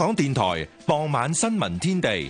港電台傍晚新聞天地。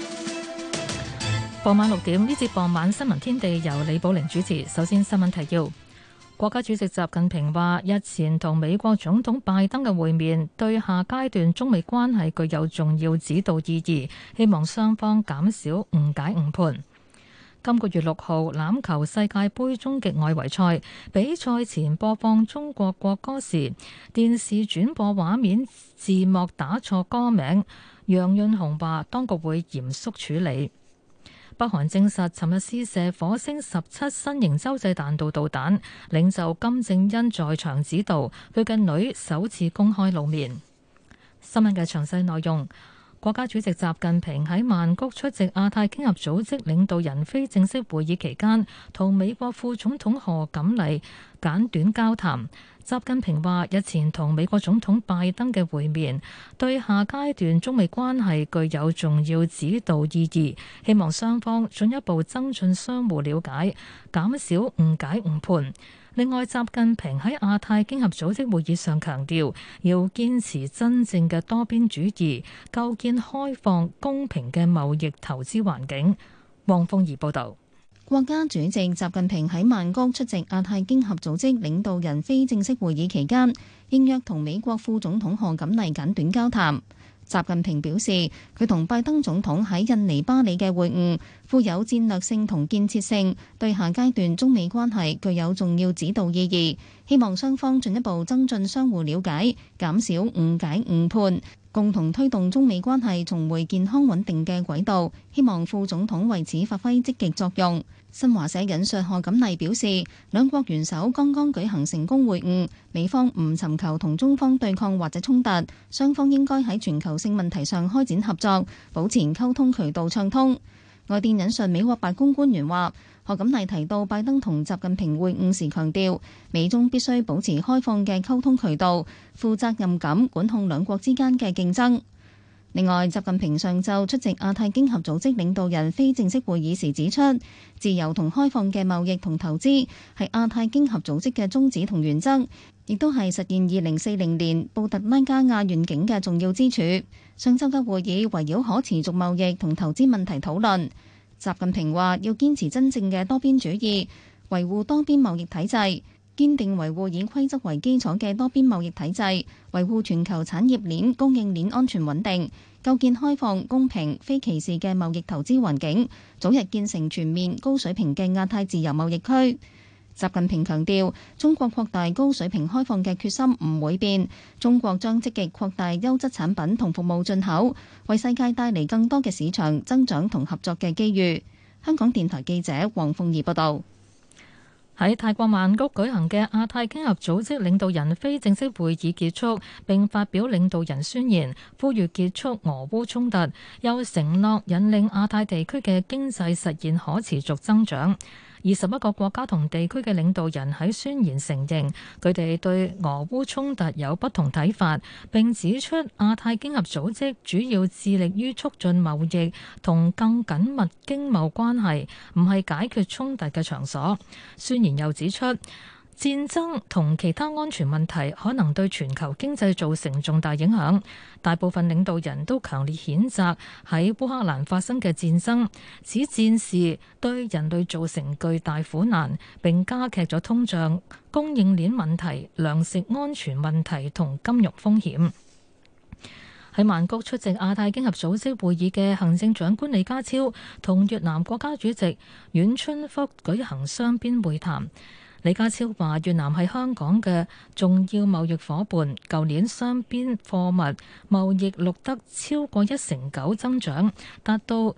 傍晚6點，呢節傍晚新聞天地由李寶玲主持。首先新聞提要：國家主席習近平話，日前同美國總統拜登嘅會面，對下階段中美關係具有重要指導意義，希望雙方減少誤解誤判。今個月6號欖球世界盃終極外圍賽，比賽前播放中國國歌時，電視轉播畫面字幕打錯歌名。楊潤雄話，當局會嚴肅處理。北韓證實尋日試射火星17新型洲際彈道導彈，領袖金正恩在場指導，佢嘅女首次公開露面。新聞嘅詳細內容。國家主席習近平喺曼谷出席亞太經合組織領導人非正式會議期間，同美國副總統賀錦麗簡短交談。習近平話：日前同美國總統拜登嘅會面，對下階段中美關係具有重要指導意義，希望雙方進一步增進相互了解，減少誤解誤判。另外，習近平喺亞太經合組織會議上強調，要堅持真正嘅多邊主義，構建開放公平嘅貿易投資環境。汪鳳儀報導。 國家主席習近平喺曼谷出席亞太經合組織領導人非正式會議期間，應約同美國副總統賀錦麗簡短交談。習近平表示，佢同拜登總統喺印尼巴里嘅會晤富有戰略性同建設性，對下階段中美關係具有重要指導意義，希望雙方進一步增進相互了解，減少誤解誤判，共同推動中美關係重回健康穩定嘅軌道。希望副總統為此發揮積極作用。新華社引述賀錦麗表示，兩國元首剛剛舉行成功會晤，美方唔尋求同中方對抗或者衝突，雙方應該喺全球性問題上開展合作，保持溝通渠道暢通。外電引述美國白宮官員話，賀錦麗提到拜登同習近平會晤時強調，美中必須保持開放嘅溝通渠道，負責任咁管控兩國之間嘅競爭。另外，習近平上晝出席亞太經合組織領導人非正式會議時指出，自由同開放嘅貿易同投資係亞太經合組織嘅宗旨同原則，亦都係實現2040年布特拉加亞願景嘅重要支柱。上週嘅會議圍繞可持續貿易同投資問題討論。習近平話要堅持真正嘅多邊主義，維護多邊貿易體制，堅定維護以規則為基礎嘅多邊貿易體制，維護全球產業鏈、供應鏈安全穩定，構建開放、公平、非歧視嘅貿易投資環境，早日建成全面高水平嘅亞太自由貿易區。習近平強調，中國擴大高水平開放嘅決心唔會變，中國將積極擴大優質產品同服務進口，為世界帶嚟更多嘅市場增長同合作嘅機遇。香港電台記者黃鳳儀報道。 喺泰國曼谷舉行嘅亞太經合組織領導人非正式會議結束，並發表領導人宣言，呼籲結束俄烏衝突，又承諾引領亞太地區嘅經濟實現可持續增長。21個國家同地區嘅領導人喺宣言承認，佢哋對俄烏衝突有不同睇法，並指出亞太經合組織主要致力於促進貿易同更緊密經貿關係，唔係解決衝突嘅場所。宣言又指出，戰爭同其他安全問題可能對全球經濟造成重大影響。大部分領導人都強烈譴責喺烏克蘭發生嘅戰爭，指戰事對人類造成巨大苦難，並加劇咗通脹、供應鏈問題、糧食安全問題同金融風險。喺曼谷出席亞太經合組織會議嘅行政長官李家超同越南國家主席阮春福舉行雙邊會談。李家超話：越南係香港嘅重要貿易夥伴，舊年雙邊貨物貿易錄得超過1成9增長，達到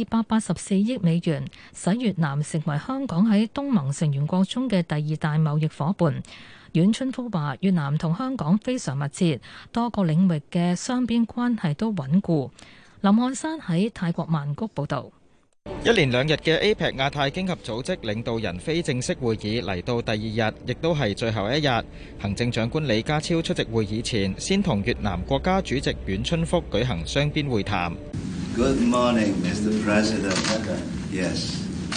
284億美元，使越南成為香港喺東盟成員國中嘅第2大貿易夥伴。阮春福話：越南同香港非常密切，多個領域嘅雙邊關係都穩固。林漢山喺泰國曼谷報導。 一連2日嘅 APEC 亞太經合組織領導人非正式會議嚟到第2日，亦都係最後一日。行政長官李家超出席會議前，先同越南國家主席阮春福舉行雙邊會談。 Good morning, Mr. President. Yes.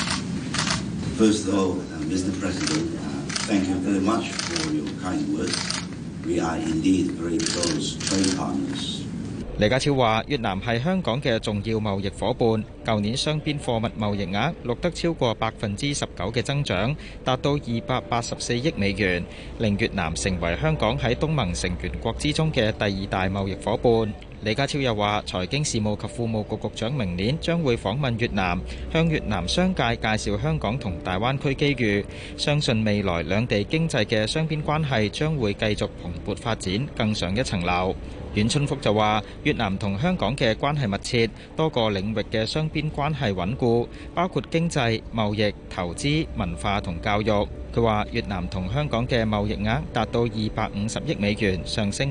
First of all, Mr. President, thank you very much for your kind words. We are indeed very close trade partners. 李家超話：越南係香港嘅重要貿易夥伴，舊年雙邊貨物貿易額錄得超過19%嘅增長，達到284億美元，令越南成為香港喺東盟成員國之中嘅第2大貿易夥伴。李家超又話：財經事務及庫務局局長明年將會訪問越南，向越南商界介紹香港同大灣區機遇，相信未來兩地經濟嘅雙邊關係將會繼續蓬勃發展，更上一層樓。阮春福就話：越南同香港嘅關係密切，多個領域嘅雙邊關係穩固，包括經濟、貿易、投資、文化同教育。佢話：越南同香港嘅貿易額達到250億美元，上升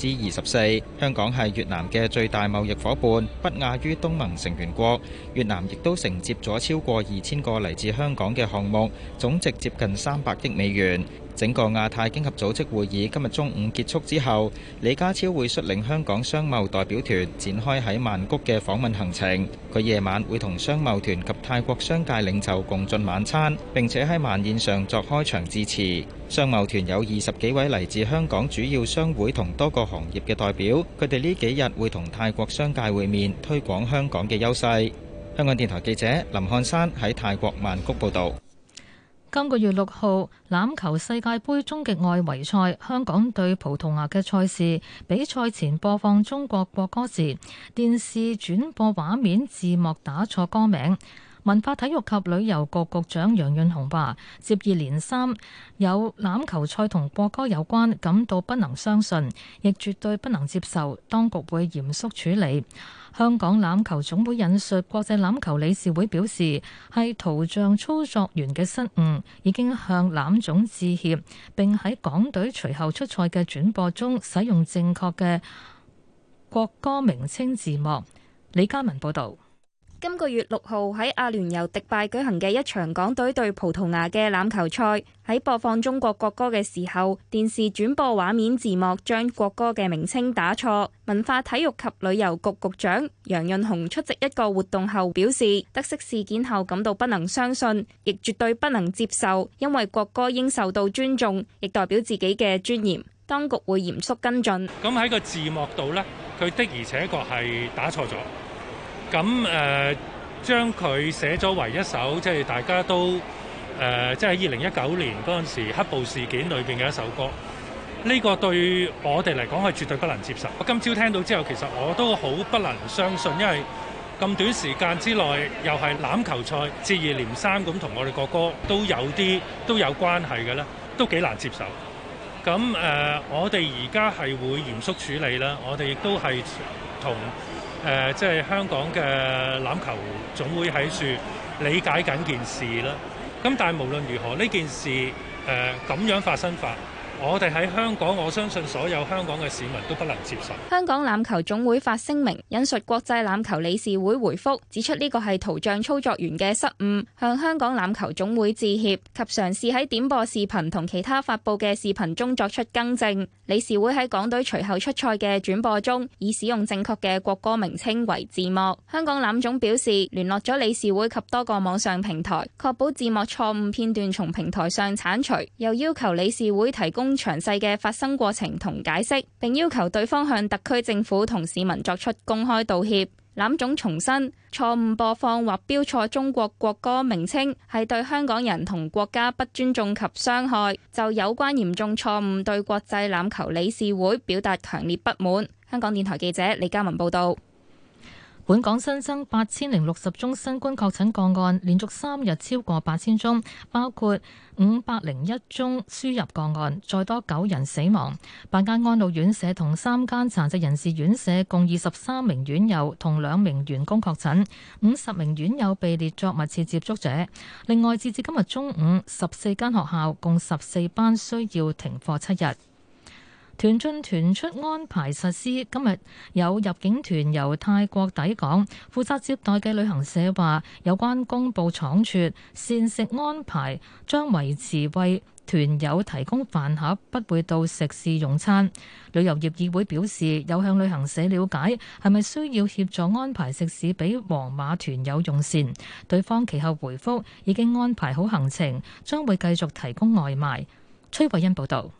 24%。香港係越南嘅最大貿易夥伴，不亞於東盟成員國。越南亦都承接咗超過2000個嚟自香港嘅項目，總值接近300億美元。整個亞太經合組織會議今日中午結束之後，李家超會率領香港商貿代表團展開喺曼谷嘅訪問行程。佢夜晚會同商貿團及泰國商界領袖共進晚餐，並且喺晚宴上作開場致辭。商貿團有20幾位嚟自香港主要商會同多個行業嘅代表，佢哋呢幾日會同泰國商界會面，推廣香港嘅優勢。香港電台記者林漢山喺泰國曼谷報導。 今個月6號欖球世界盃終極外圍賽，香港對葡萄牙嘅賽事，比賽前播放中國國歌時，電視轉播畫面字幕打錯歌名。文化體育及旅遊局局長楊潤雄話：接二連三有欖球賽同國歌有關，感到不能相信，亦絕對不能接受，當局會嚴肅處理。香港欖球總會引述國際欖球理事會表示，係圖像操作員嘅失誤，已經向欖總致歉，並喺港隊隨後出賽嘅轉播中使用正確嘅國歌名稱字幕。李嘉文報導。 今個月6號喺阿聯酋迪拜舉行嘅一場港隊對葡萄牙嘅欖球賽，喺播放中國國歌嘅時候，電視轉播畫面字幕將國歌嘅名稱打錯。文化體育及旅遊局局長楊潤雄出席一個活動後表示，得悉事件後感到不能相信，亦絕對不能接受，因為國歌應受到尊重，亦代表自己嘅尊嚴。當局會嚴肅跟進。 咁喺個字幕度呢，佢的而且確係打錯咗。咁將佢寫咗為一首即係大家都即係2019年嗰陣時黑暴事件裏邊嘅一首歌。呢個對我哋嚟講係絕對不能接受。我今朝聽到之後，其實我都好不能相信，因為咁短時間之內又係欖球賽接二連三咁同我哋國歌都有關係嘅咧，都幾難接受。咁我哋而家係會嚴肅處理啦。我哋亦都係同即係香港嘅欖球總會喺處理解緊件事啦。咁但係無論如何，呢件事咁樣發生法，我哋喺香港，我相信所有香港嘅市民都不能接受。 香港欖球總會發聲明，引述國際欖球理事會回覆，指出呢個係圖像操作員嘅失誤，向香港欖球總會致歉，及嘗試喺點播視頻同其他發布嘅視頻中作出更正。理事會喺港隊隨後出賽嘅轉播中，以使用正確嘅國歌名稱為字幕。香港欖總表示，聯絡咗理事會及多個網上平台，確保字幕錯誤片段從平台上剷除，又要求理事會提供詳細嘅發生過程同解釋，並要求對方向特區政府同市民作出公開道歉。欖總重申，錯誤播放或標錯中國國歌名稱係對香港人同國家不尊重及傷害，就有關嚴重錯誤對國際欖球理事會表達強烈不滿。香港電台記者李嘉文報道。 本港新增8060宗新冠確診個案，連續3日超過8000宗，包括501宗輸入個案，再多9人死亡。8間安老院舍同3間殘疾人士院舍共23名院友同2名員工確診，50名院友被列作密切接觸者。另外，截至今日中午，14間學校共14班需要停課7日。團進團出安排實施，今日有入境團由泰國抵港，負責接待嘅旅行社話，有關公佈倉促膳食安排將維持為團友提供飯盒，不會到食肆用餐。旅遊業議會表示，有向旅行社了解係咪需要協助安排食肆俾黃碼團友用膳，對方其後回覆已經安排好行程，將會繼續提供外賣。崔慧欣報導。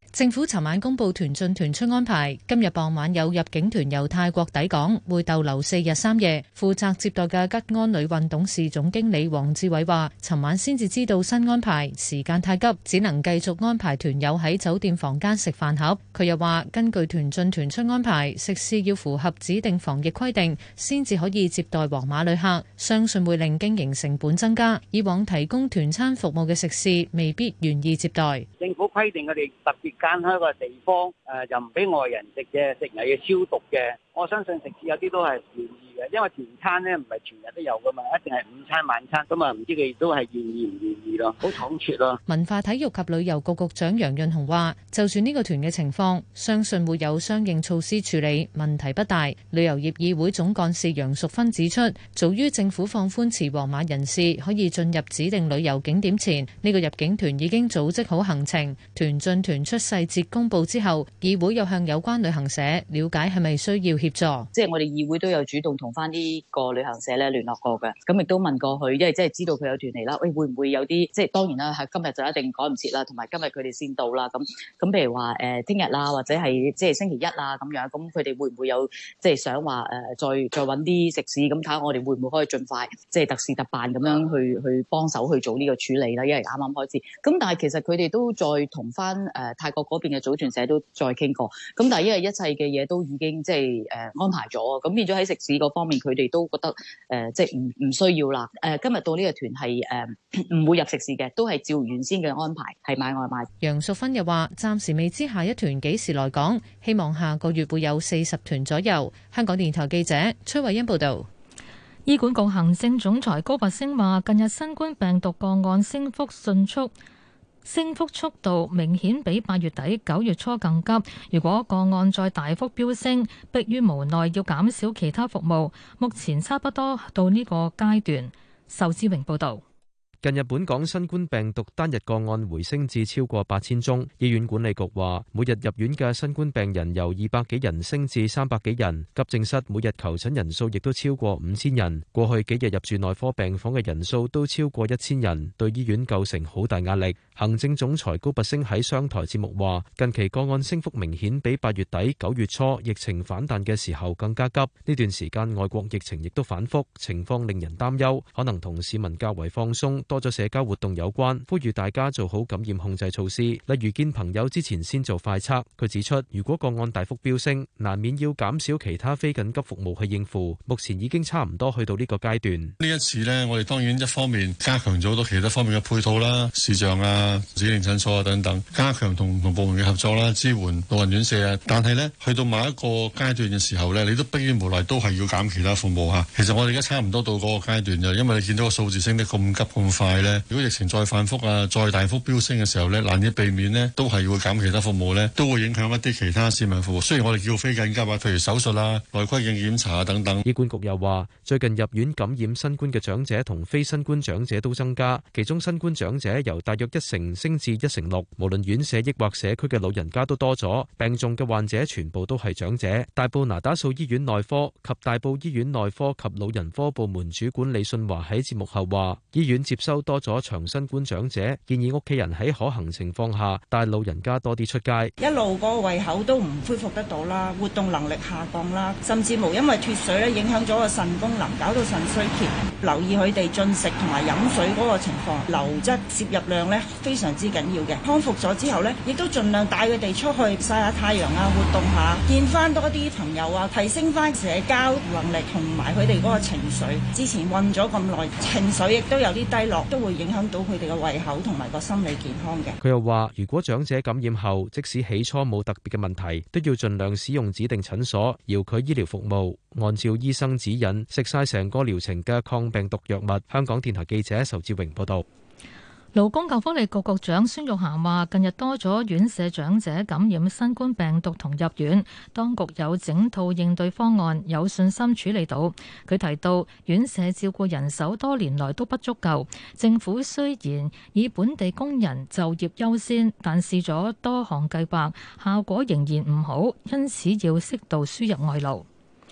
政府尋晚公布團進團出安排，今日傍晚有入境團由泰國抵港，會逗留4日3夜。負責接待嘅吉安旅運董事總經理黃志偉話，尋晚先至知道新安排，時間太急，只能繼續安排團友喺酒店房間食飯盒。佢又話，根據團進團出安排，食肆要符合指定防疫規定，先至可以接待黃碼旅客，相信會令經營成本增加。以往提供團餐服務嘅食肆未必願意接待。 政府規定佢哋特別間開個地方，就唔俾外人食嘅，食物要消毒嘅。我相信食肆有啲都係願意嘅，因為團餐咧唔係全日都有噶嘛，一定係午餐晚餐，咁啊唔知佢都係願意唔願意咯，好倉促咯。 文化體育及旅遊局局長楊潤雄話，就算呢個團嘅情況，相信會有相應措施處理，問題不大。旅遊業議會總幹事楊淑芬指出，早於政府放寬持黃碼人士可以進入指定旅遊景點前，呢個入境團已經組織好行程，團進團出細節公布之後，議會又向有關旅行社了解係咪需要協助。 即係我哋議會都有主動同翻呢個旅行社咧聯絡過嘅，咁亦都問過佢，因為即係知道佢有團嚟啦，喂會唔會有啲即係當然啦，係今日就一定趕唔切啦，同埋今日佢哋先到啦，咁譬如話聽日啦，或者係即係星期一啊咁樣，咁佢哋會唔會有即係想話再揾啲食肆咁睇下我哋會唔會可以盡快即係特事特辦咁樣去幫手去做呢個處理啦，因為啱啱開始，咁但係其實佢哋都再同翻泰國嗰邊嘅組團社都再傾過，咁但係因為一切嘅嘢都已經即係安排咗，咁變咗喺食肆嗰方面，佢哋都覺得即係唔需要啦。今日到呢個團係唔會入食肆嘅，都係照原先嘅安排，係買外賣。 楊淑芬又話：暫時未知下一團幾時來港，希望下個月會有40團左右。香港電台記者崔慧欣報道。 醫管局行政總裁高拔陞話：近日新冠病毒個案升幅迅速。升幅速度明顯比8月底、9月初更急。如果個案再大幅飆升，迫於無奈要減少其他服務。目前差不多到呢個階段。仇志榮報導。 近日本港新冠病毒單日個案回升至超過8000宗，醫院管理局話，每日入院嘅新冠病人由200幾人升至300幾人，急症室每日求診人數亦都超過5000人。過去幾日入住內科病房嘅人數都超過1000人，對醫院構成好大壓力。行政總裁高拔陞喺商台節目話，近期個案升幅明顯比8月底、9月初疫情反彈嘅時候更加急。呢段時間外國疫情亦都反覆，情況令人擔憂，可能同市民較為放鬆，多咗社交活動有關，呼籲大家做好感染控制措施，例如見朋友之前先做快測。佢指出，如果個案大幅飆升，難免要減少其他非緊急服務去應付。目前已經差唔多去到呢個階段。 呢一次呢，我哋當然一方面加強咗好多其他方面嘅配套啦，視像啊、指定診所啊等等，加強同部門嘅合作啦，支援老人院舍啊。但係呢，去到某一個階段嘅時候呢，你都迫於無奈都係要減其他服務嚇。其實我哋而家差唔多到嗰個階段嘅，因為你見到個數字升得咁急咁快呢。如果疫情再反覆啊，再大幅飆升嘅時候呢，難以避免呢都係要減其他服務呢，都會影響一啲其他市民服務。雖然我哋叫非緊急啊，譬如手術啊、內窺鏡檢查啊等等。 醫管局又話，最近入院感染新冠嘅長者同非新冠長者都增加，其中新冠長者由大約1成升至1成6，無論院舍抑或社區嘅老人家都多咗。病重嘅患者全部都係長者。大埔那打素醫院內科及大埔醫院內科及老人科部門主管李信華喺節目後話，醫院接收多咗長新冠長者，建議屋企人喺可行情況下帶老人家多啲出街。 一路嗰個胃口都唔恢復得到啦，活動能力下降啦，甚至無因為脫水咧影響咗個腎功能，搞到腎衰竭。留意佢哋進食同埋飲水嗰個情況，流質攝入量咧非常之緊要嘅。康復咗之後咧，亦都盡量帶佢哋出去曬下太陽啊，活動下，見翻多啲朋友啊，提升翻社交能力同埋佢哋嗰個情緒。之前困咗咁耐，情緒亦都有啲低落，都會影響到佢哋嘅胃口同埋個心理健康嘅。 佢又話，如果長者感染後，即使起初冇特別嘅問題，都要盡量使用指定診所、遙距醫療服務，按照醫生指引食晒成個療程嘅抗病毒藥物。香港電台記者仇志榮報道。 勞工及福利局局長孫玉菡話：近日多咗院舍長者感染新冠病毒同入院，當局有整套應對方案，有信心處理到。佢提到，院舍照顧人手多年來都不足夠，政府雖然以本地工人就業優先，但試咗多項計劃，效果仍然唔好，因此要適度輸入外勞。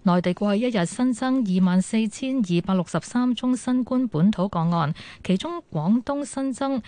內地過去一日新增24,263宗新冠本土個案，其中廣東新增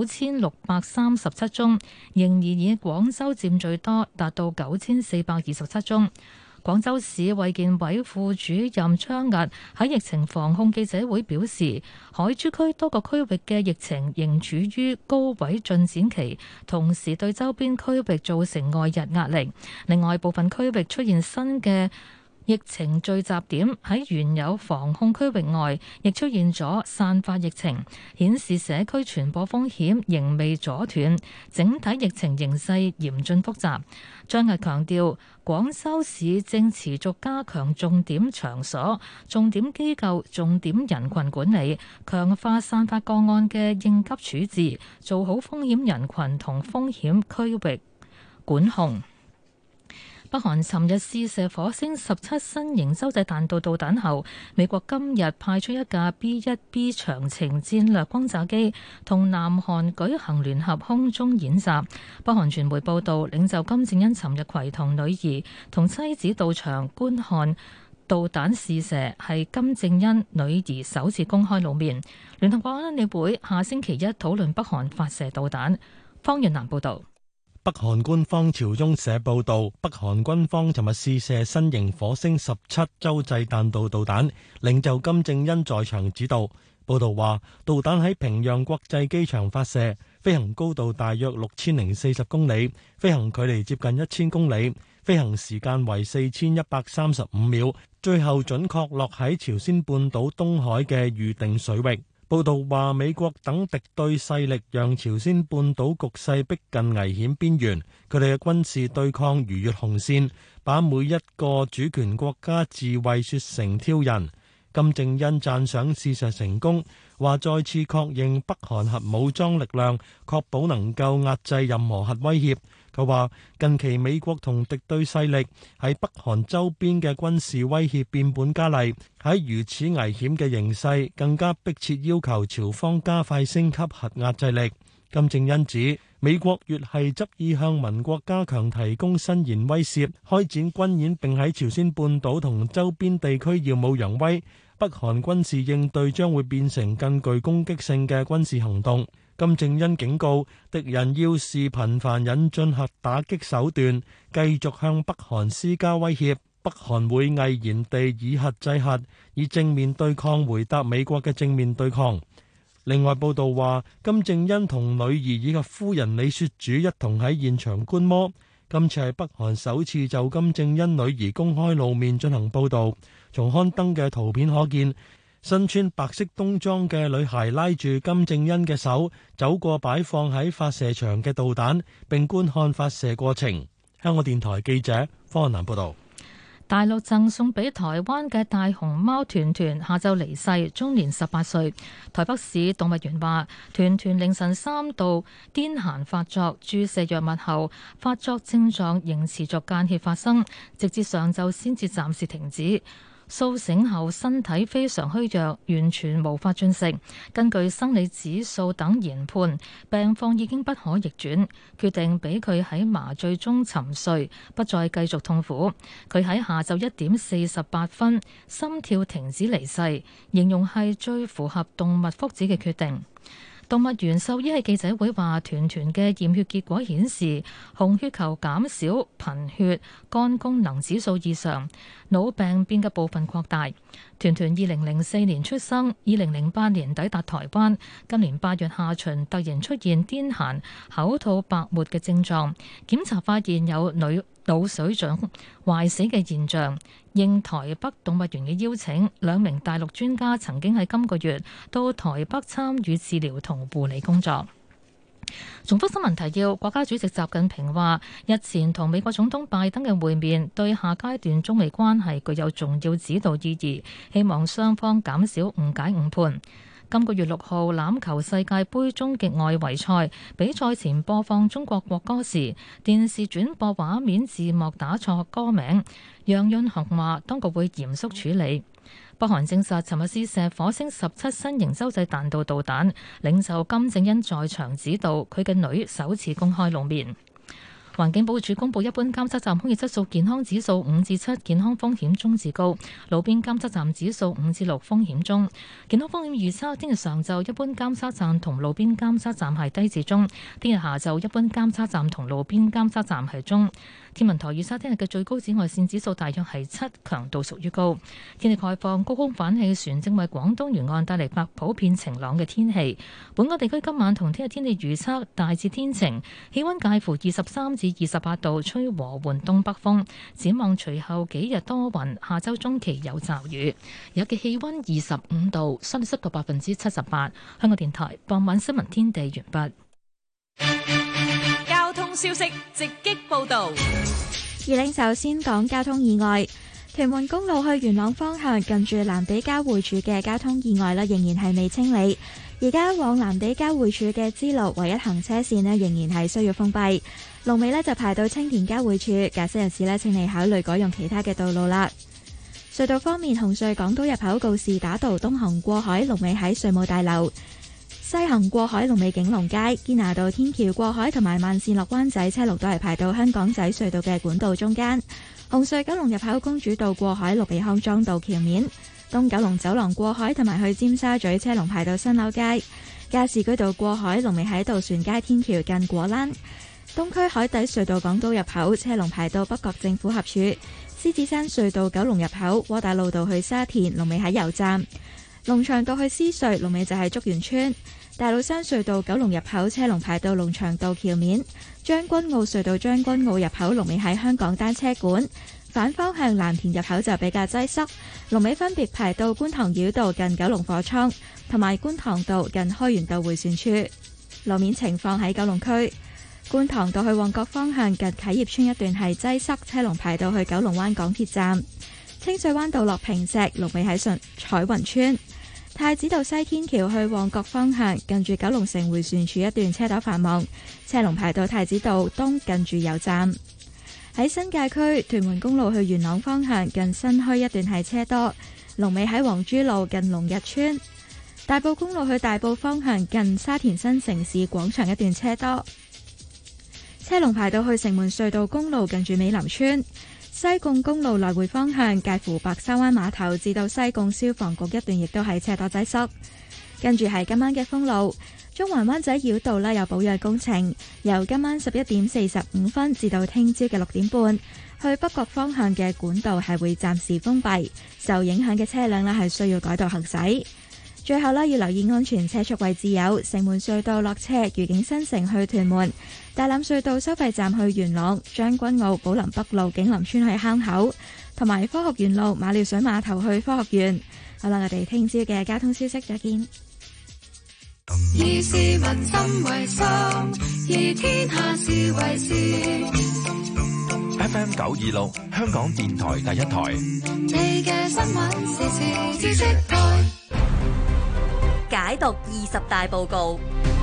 9,637宗，仍然以廣州佔最多，達到9,427宗。廣州市衛健委副主任張屹喺疫情防控記者會表示，海珠區多個區域嘅疫情仍處於高位進展期，同時對周邊區域造成外溢壓力。另外，部分區域出現新嘅疫情聚集點，喺原有防控區域外，亦出現咗散發疫情，顯示社區傳播風險仍未阻斷，整體疫情形勢嚴峻複雜。張屹強調，廣州市正持續加強重點場所、重點機構、重點人群管理，強化散發個案嘅應急處置，做好風險人群同風險區域管控。北韓尋日試射火星17新型洲際彈道導彈後，美國今日派出一架 B-1B 長程戰略轟炸機同南韓舉行聯合空中演習。北韓傳媒報道，領袖金正恩尋日攜同女兒同妻子到場觀看導彈試射，係金正恩女兒首次公開露面。聯合國安理會下星期一討論北韓發射導彈。方潤南報導。 北韓官方朝中社報導，北韓軍方尋日試射新型火星17洲際彈道導彈，領袖金正恩在場指導。報導話，導彈喺平壤國際機場發射，飛行高度大約6040公里，飛行距離接近1000公里，飛行時間為4135秒，最後準確落喺朝鮮半島東海嘅預定水域。報道話，美國等敵對勢力讓朝鮮半島局勢逼近危險邊緣，佢哋嘅軍事對抗逾越紅線，把每一個主權國家自衛說成挑釁。金正恩讚賞試射成功，話再次確認北韓核武裝力量，確保能夠壓制任何核威脅。佢話近期美國同敵對勢力喺北韓周邊嘅軍事威脅變本加厲，喺如此危險嘅形勢，更加迫切要求朝方加快升級核壓制力。金正恩指，美國越係執意向盟國加強提供伸延威懾，開展軍演並喺朝鮮半島同周邊地區耀武揚威，北韓軍事應對將會變成更具攻擊性嘅軍事行動。金正恩警告敵人要是頻繁引進核打擊手段，繼續向北韓施加威脅，北韓會毅然地以核制核，以正面對抗回答美國嘅正面對抗。另外報道話，金正恩同女兒以及夫人李雪主一同喺現場觀摩。今次係北韓首次就金正恩女兒公開露面進行報導。從刊登嘅圖片可見，身穿白色冬裝嘅女孩拉住金正恩嘅手，走過擺放喺發射場嘅導彈，並觀看發射過程。香港電台記者方漢南報導。 大陸贈送俾台灣嘅大熊貓團團下晝離世，終年18歲。台北市動物園話，團團凌晨3度癲癇發作，注射藥物後發作症狀仍持續間歇發生，直至上晝先至暫時停止。甦醒後身體非常虛弱，完全無法進食。根據生理指數等研判，病況已經不可逆轉，決定俾佢喺麻醉中沉睡，不再繼續痛苦。佢喺下晝1點48分心跳停止離世，形容係最符合動物福祉嘅決定。動物園獸醫喺記者會話，團團嘅驗血結果顯示紅血球減少、貧血、肝功能指數異常、腦病變嘅部分擴大。團團2004年出生，2008年抵達台灣，今年8月下旬突然出現癲癇、口吐白沫嘅症狀，檢查發現有腦水腫壞死嘅現象。應台北動物園嘅邀請，2名大陸專家曾經喺今個月到台北參與治療同護理工作。重複新聞提要，國家主席習近平話，日前同美國總統拜登嘅會面對下階段中美關係具有重要指導意義，希望雙方減少誤解誤判。今個月6號欖球世界盃終極外圍賽比賽前播放中國國歌時，電視轉播畫面字幕打錯歌名。楊潤雄話，當局會嚴肅處理。北韓證實尋日試射火星17新型洲際彈道導彈，領袖金正恩在場指導，佢嘅女首次公開露面。 環境保護署公布一般監測站空氣質素健康指數5至7，健康風險中至高；路邊監測站指數5至6，風險中。健康風險預測：聽日上晝一般監測站同路邊監測站係低至中；聽日下晝一般監測站同路邊監測站係中。天文台預測聽日嘅最高紫外線指數大約係7，強度屬於高。天氣概況：高空反氣旋正為廣東沿岸帶嚟普遍晴朗嘅天氣。本港地區今晚同聽日天氣預測大致天晴，氣溫介乎23至28度，吹和緩東北風。展望隨後幾日多雲，下周中期有驟雨。日嘅氣溫25度，相對濕度78%。香港電台傍晚新聞天地完畢。 交通消息直擊報道。 二領首先講交通意外，屯門公路去元朗方向近住藍地交匯處嘅交通意外仍然係未清理。而家往藍地交匯處嘅支路唯一行車線仍然係需要封閉。龍尾就排到青田交匯處，駕駛人士請你考慮改用其他嘅道路啦。隧道方面，紅隧港島入口告士打道東行過海，龍尾喺稅務大樓；西行過海，龍尾景隆街。堅拿道天橋過海同埋慢線落灣仔車龍都係排到香港仔隧道嘅管道中間。紅隧九龍入口公主道過海，龍尾康莊道橋面。東九龍走廊過海同埋去尖沙咀車龍排到新樓街。加士居道過海，龍尾喺渡船街天橋近果欄。東區海底隧道港島入口車龍排到北角政府合署。獅子山隧道九龍入口窩打老道去沙田，龍尾喺油站。龍翔道去獅隧，龍尾就係竹園村。大老山隧道九龍入口車龍排到龍翔道橋面。將軍澳隧道將軍澳入口龍尾喺香港單車館。反方向藍田入口就比較擠塞，龍尾分別排到觀塘繞道近九龍貨倉，同埋觀塘道近開源道迴旋處。路面情況喺九龍區，觀塘道去旺角方向近啟業村一段係擠塞，車龍排到去九龍灣港鐵站。清水灣道落坪石，龍尾喺彩雲村。太子道西天橋去旺角方向近住九龍城迴旋處一段車多繁忙，車龍排到太子道東近住油站。喺新界區屯門公路去元朗方向近新墟一段係車多，龍尾喺黃珠路近龍日村。大埔公路去大埔方向近沙田新城市廣場一段車多，車龍排到去城門隧道公路近住美林村。西貢公路來回方向介乎白沙灣碼頭至到西貢消防局一段亦都係車多擠塞。跟住係今晚嘅封路，中環灣仔繞道有保養工程，由今晚11點45分至到聽朝嘅6點半，去北角方向嘅管道係會暫時封閉，受影響嘅車輛係需要改道行駛。最後要留意安全車速位置有城門隧道落車愉景新城去屯門，大欖隧道收費站去元朗，將軍澳寶林北路景林村去坑口，同埋科學園路馬料水碼頭去科學園。好啦，我哋聽朝嘅交通消息再見。 以市民心為心，以天下事為事。 FM 926，香港電台第一台。 你嘅新聞時事知識台， 解讀20大報告。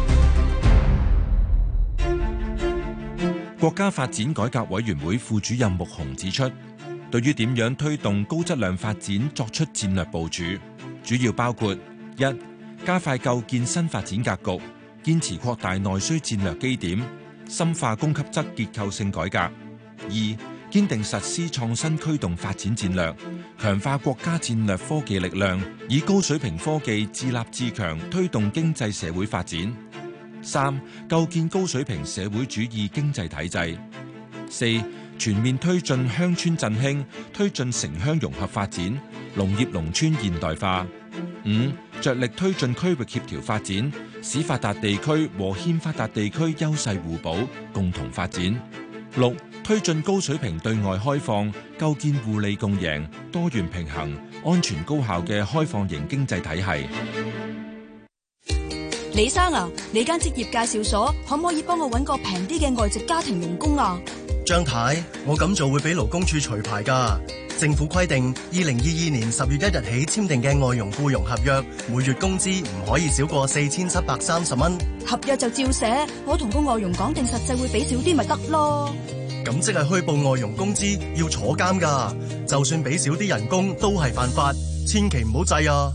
國家發展改革委員會副主任穆虹指出，對於點樣推動高質量發展作出戰略部署，主要包括：一、加快構建新發展格局，堅持擴大內需戰略基點，深化供給側結構性改革；二、堅定實施創新驅動發展戰略，強化國家戰略科技力量，以高水平科技自立自強推動經濟社會發展；三、構建高水平社會主義經濟體制；四、全面推進鄉村振興，推進城鄉融合發展，農業農村現代化；五、着力推進區域協調發展，使發達地區和欠發達地區優勢互補，共同發展；六、推進高水平對外開放，構建互利共贏、多元平衡、安全高效嘅開放型經濟體系。 李生啊，你間職業介紹所可唔可以幫我搵個平啲嘅外籍家庭傭工啊？ 張太，我咁做會俾勞工處除牌㗎。政府規定，2022年10月1日起簽訂嘅外傭僱傭合約，每月工資唔可以少過4730蚊。 合約就照寫，我同個外傭講定實際會俾少啲咪得咯。 咁即係虛報外傭工資要坐監㗎，就算俾少啲人工都係犯法，千祈唔好制啊！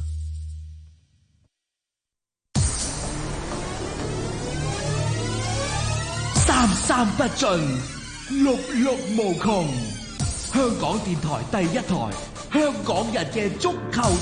三三不盡， 六六無窮。香港電台第一台，香港人嘅足球